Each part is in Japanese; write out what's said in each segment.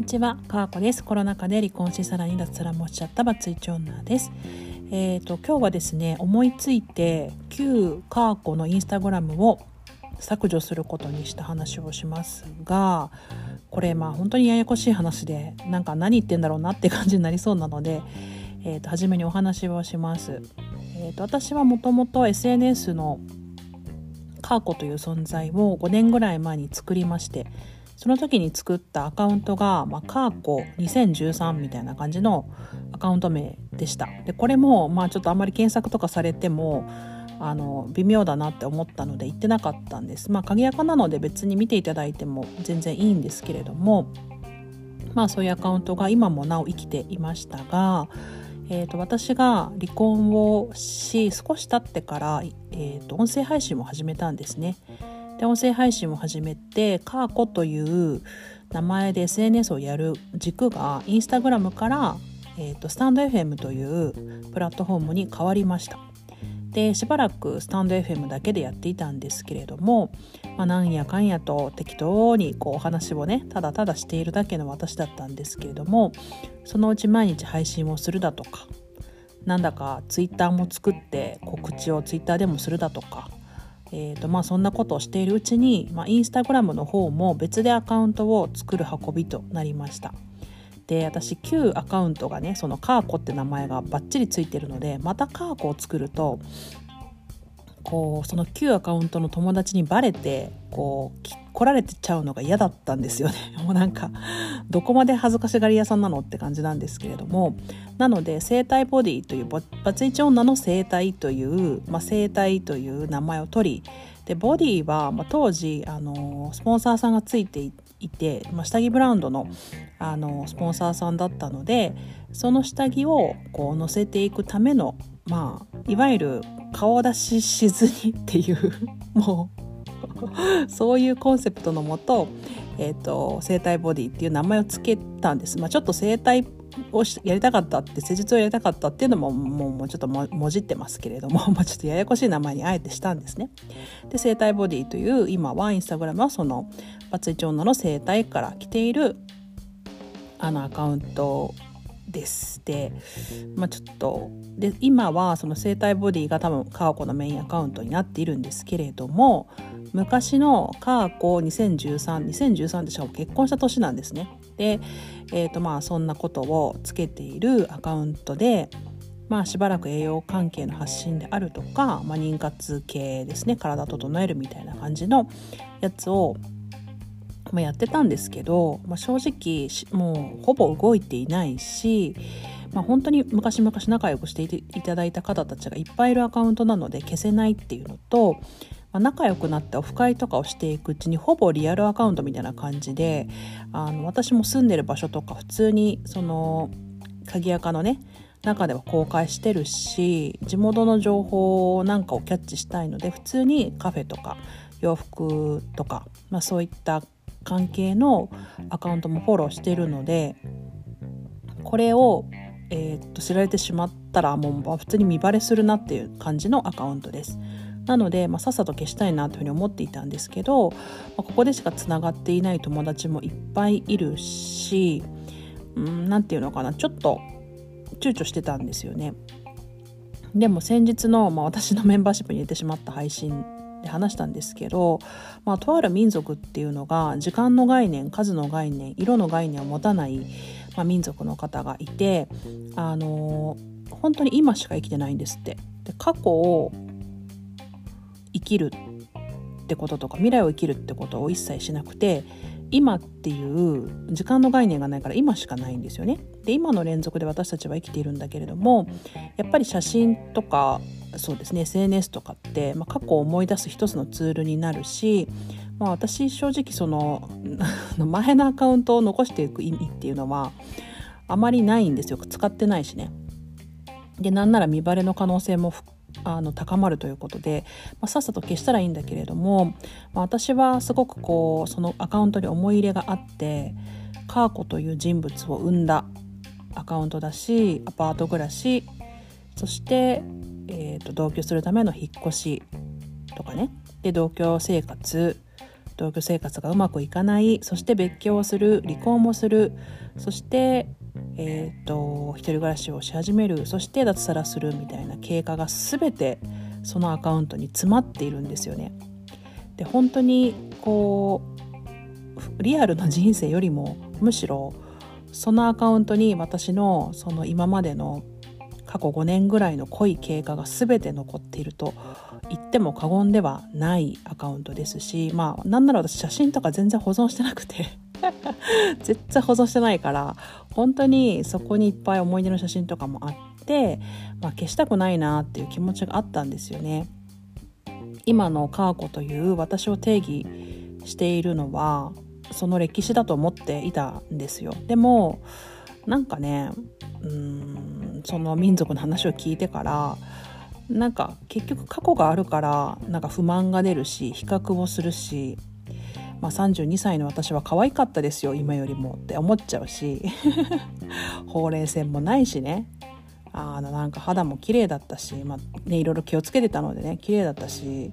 ちは、かーこです。コロナ禍で離婚しさらに脱サラもしちゃったバツイチ女です。今日はですね、思いついて旧かーこのインスタグラムを削除することにした話をしますが、これ本当にややこしい話で何言ってんだろうなって感じになりそうなので、初めにお話をします。私はもともと SNS のかーこという存在を5年ぐらい前に作りまして、その時に作ったアカウントが、かーこ2013みたいな感じのアカウント名でした。でこれもちょっとあんまり検索とかされても微妙だなって思ったので言ってなかったんです。鍵アカなので別に見ていただいても全然いいんですけれども、そういうアカウントが今もなお生きていましたが、私が離婚をし少し経ってから、音声配信を始めたんですね。で音声配信を始めてかーこという名前で SNS をやる軸がインスタグラムから、スタンド FM というプラットフォームに変わりました。でしばらくスタンド FM だけでやっていたんですけれども、なんやかんやと適当にお話をねただただしているだけの私だったんですけれども、そのうち毎日配信をするだとか、なんだかツイッターも作って告知をツイッターでもするだとか、そんなことをしているうちに、インスタグラムの方も別でアカウントを作る運びとなりました。で私旧アカウントがねそのかーこって名前がバッチリついてるので、またかーこを作るとその旧アカウントの友達にバレて来られてちゃうのが嫌だったんですよね。もうどこまで恥ずかしがり屋さんなのって感じなんですけれども、なので生態ボディというバツイチ女の生態という、生態という名前を取り、でボディは、当時スポンサーさんがついていて、下着ブランドのスポンサーさんだったので、その下着を載せていくためのいわゆる顔出ししずにっていうもうそういうコンセプトのもと、生態ボディっていう名前をつけたんです。ちょっと生態をやりたかったって施術をやりたかったっていうのももうちょっともじってますけれども、ちょっとややこしい名前にあえてしたんですね。で生態ボディという今はインスタグラムはそのバツイチ女の生態から来ているアカウントです。で、ちょっとで今はその生態ボディが多分かーこのメインアカウントになっているんですけれども、昔のかーこ2013でしかも結婚した年なんですね。で、そんなことをつけているアカウントで、しばらく栄養関係の発信であるとか、妊活系ですね、体整えるみたいな感じのやつをやってたんですけど、正直もうほぼ動いていないし、本当に昔々仲良くしていただいた方たちがいっぱいいるアカウントなので消せないっていうのと、仲良くなってオフ会とかをしていくうちにほぼリアルアカウントみたいな感じで、私も住んでる場所とか普通にその鍵アカのね中では公開してるし、地元の情報なんかをキャッチしたいので普通にカフェとか洋服とか、そういった関係のアカウントもフォローしているので、これを、知られてしまったらもう普通に見バレするなっていう感じのアカウントです。なので、さっさと消したいなというふうに思っていたんですけど、ここでしかつながっていない友達もいっぱいいるし、なんていうのかな、ちょっと躊躇してたんですよね。でも先日の、私のメンバーシップに入れてしまった配信で話したんですけど、とある民族っていうのが時間の概念、数の概念、色の概念を持たない、民族の方がいて、本当に今しか生きてないんですって。で過去を生きるってこととか未来を生きるってことを一切しなくて、今っていう時間の概念がないから今しかないんですよね。で今の連続で私たちは生きているんだけれども、やっぱり写真とかそうですね SNS とかって、過去を思い出す一つのツールになるし、私正直その前のアカウントを残していく意味っていうのはあまりないんですよ。使ってないしね。でなんなら見バレの可能性も高まるということで、さっさと消したらいいんだけれども、私はすごくそのアカウントに思い入れがあって、かーこという人物を生んだアカウントだし、アパート暮らし、そして、同居するための引っ越しとかね、で同居生活同居生活がうまくいかない、そして別居をする、離婚もする、そして一人暮らしをし始める、そして脱サラするみたいな経過が全てそのアカウントに詰まっているんですよね。で本当にこうリアルな人生よりもむしろそのアカウントに私のその今までの過去5年ぐらいの濃い経過が全て残っていると言っても過言ではないアカウントですし、なんなら私写真とか全然保存してなくて絶対保存してないから、本当にそこにいっぱい思い出の写真とかもあって、消したくないなっていう気持ちがあったんですよね。今のカーコという私を定義しているのはその歴史だと思っていたんですよ。でもなんかね、その民族の話を聞いてからなんか結局過去があるからなんか不満が出るし、比較をするし、32歳の私は可愛かったですよ今よりもって思っちゃうしほうれい線もないしね、なんか肌も綺麗だったし、いろいろ気をつけてたのでね綺麗だったし、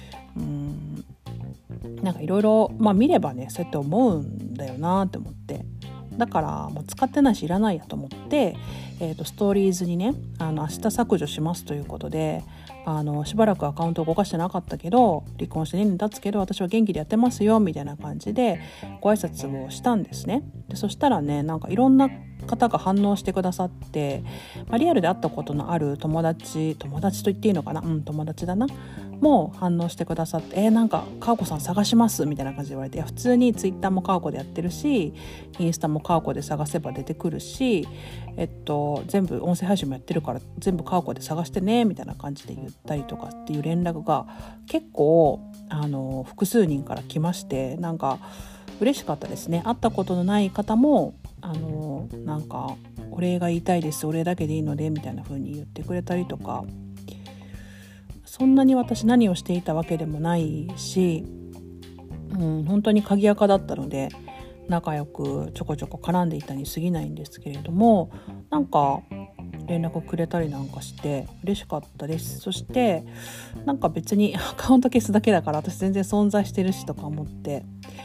なんかいろいろ見ればねそうやって思うんだよなって思って、だからもう使ってないしいらないやと思って、ストーリーズにね明日削除しますということで、しばらくアカウントを動かしてなかったけど離婚して2年経つけど私は元気でやってますよみたいな感じでご挨拶をしたんですね。でそしたらねなんかいろんな方が反応してくださって、リアルで会ったことのある友達と言っていいのかな、友達だなも反応してくださって、なんかかおこさん探しますみたいな感じで言われて、普通にツイッターもかおこでやってるしインスタもかおこで探せば出てくるし、全部音声配信もやってるから全部かおこで探してねみたいな感じで言ったりとかっていう連絡が結構複数人から来まして、なんか嬉しかったですね。会ったことのない方もなんかお礼が言いたいです、お礼だけでいいのでみたいな風に言ってくれたりとか、そんなに私何をしていたわけでもないし、本当に鍵垢だったので仲良くちょこちょこ絡んでいたに過ぎないんですけれども、なんか連絡くれたりなんかして嬉しかったです。そしてなんか別にアカウント消すだけだから私全然存在してるしとか思って、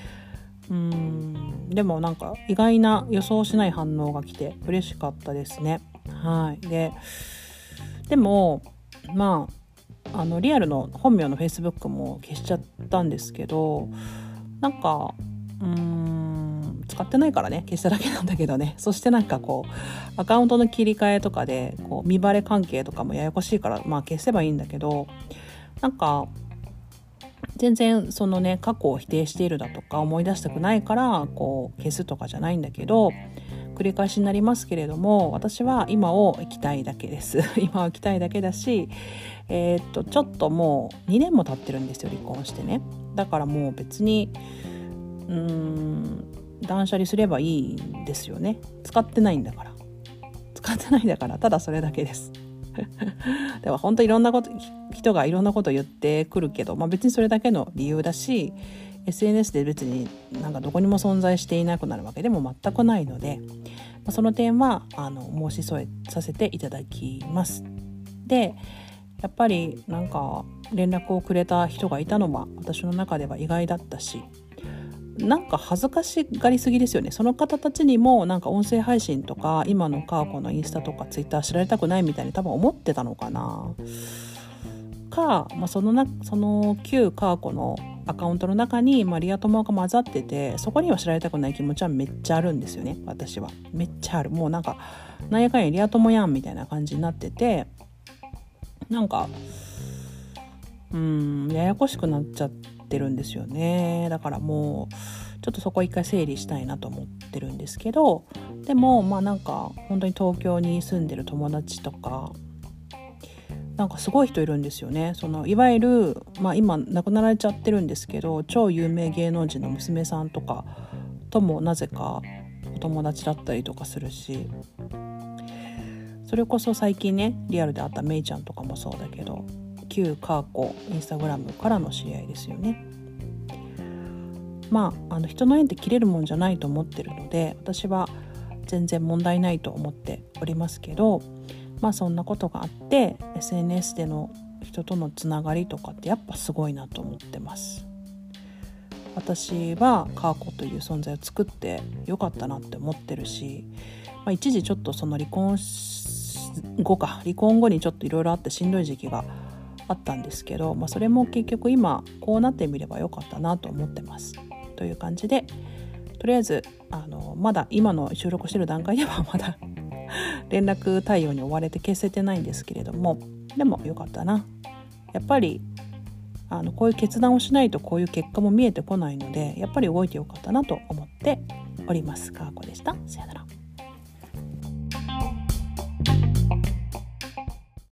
でもなんか意外な予想しない反応が来て嬉しかったですね。はい。でもリアルの本名の Facebook も消しちゃったんですけど、なんか使ってないからね消しただけなんだけどね。そしてなんかこうアカウントの切り替えとかでこう見バレ関係とかもややこしいから消せばいいんだけど、なんか全然そのね過去を否定しているだとか思い出したくないからこう消すとかじゃないんだけど、繰り返しになりますけれども私は今を生きたいだけです今を生きたいだけだし、ちょっともう2年も経ってるんですよ離婚してね。だからもう別に断捨離すればいいんですよね。使ってないんだからただそれだけですでは本当いろんなこと人がいろんなこと言ってくるけど、別にそれだけの理由だし SNS で別になんかどこにも存在していなくなるわけでも全くないので、その点は申し添えさせていただきます。でやっぱりなんか連絡をくれた人がいたのは私の中では意外だったし、なんか恥ずかしがりすぎですよね。その方たちにもなんか音声配信とか今のカーコのインスタとかツイッター知られたくないみたいに多分思ってたのかなか、その旧カーコのアカウントの中にリア友が混ざってて、そこには知られたくない気持ちはめっちゃあるんですよね。私はめっちゃある。もうなんかなんやかんやリア友やんみたいな感じになってて、なんかややこしくなっちゃってるんですよね。だからもうちょっとそこ一回整理したいなと思ってるんですけど、でもなんか本当に東京に住んでる友達とかなんかすごい人いるんですよね。そのいわゆる、今亡くなられちゃってるんですけど超有名芸能人の娘さんとかともなぜかお友達だったりとかするし、それこそ最近ねリアルで会ったメイちゃんとかもそうだけど旧カーコインスタグラムからの知り合いですよね。人の縁って切れるもんじゃないと思ってるので私は全然問題ないと思っておりますけど、そんなことがあって SNS での人とのつながりとかってやっぱすごいなと思ってます。 私はカーコという存在を作ってよかったなって思ってるし、一時ちょっとその離婚後にちょっといろいろあってしんどい時期があったんですけど、それも結局今こうなってみればよかったなと思ってますという感じで、とりあえずまだ今の収録してる段階ではまだ連絡対応に追われて消せてないんですけれども、でもよかったな。やっぱりこういう決断をしないとこういう結果も見えてこないので、やっぱり動いてよかったなと思っております。かーこでした。さよなら。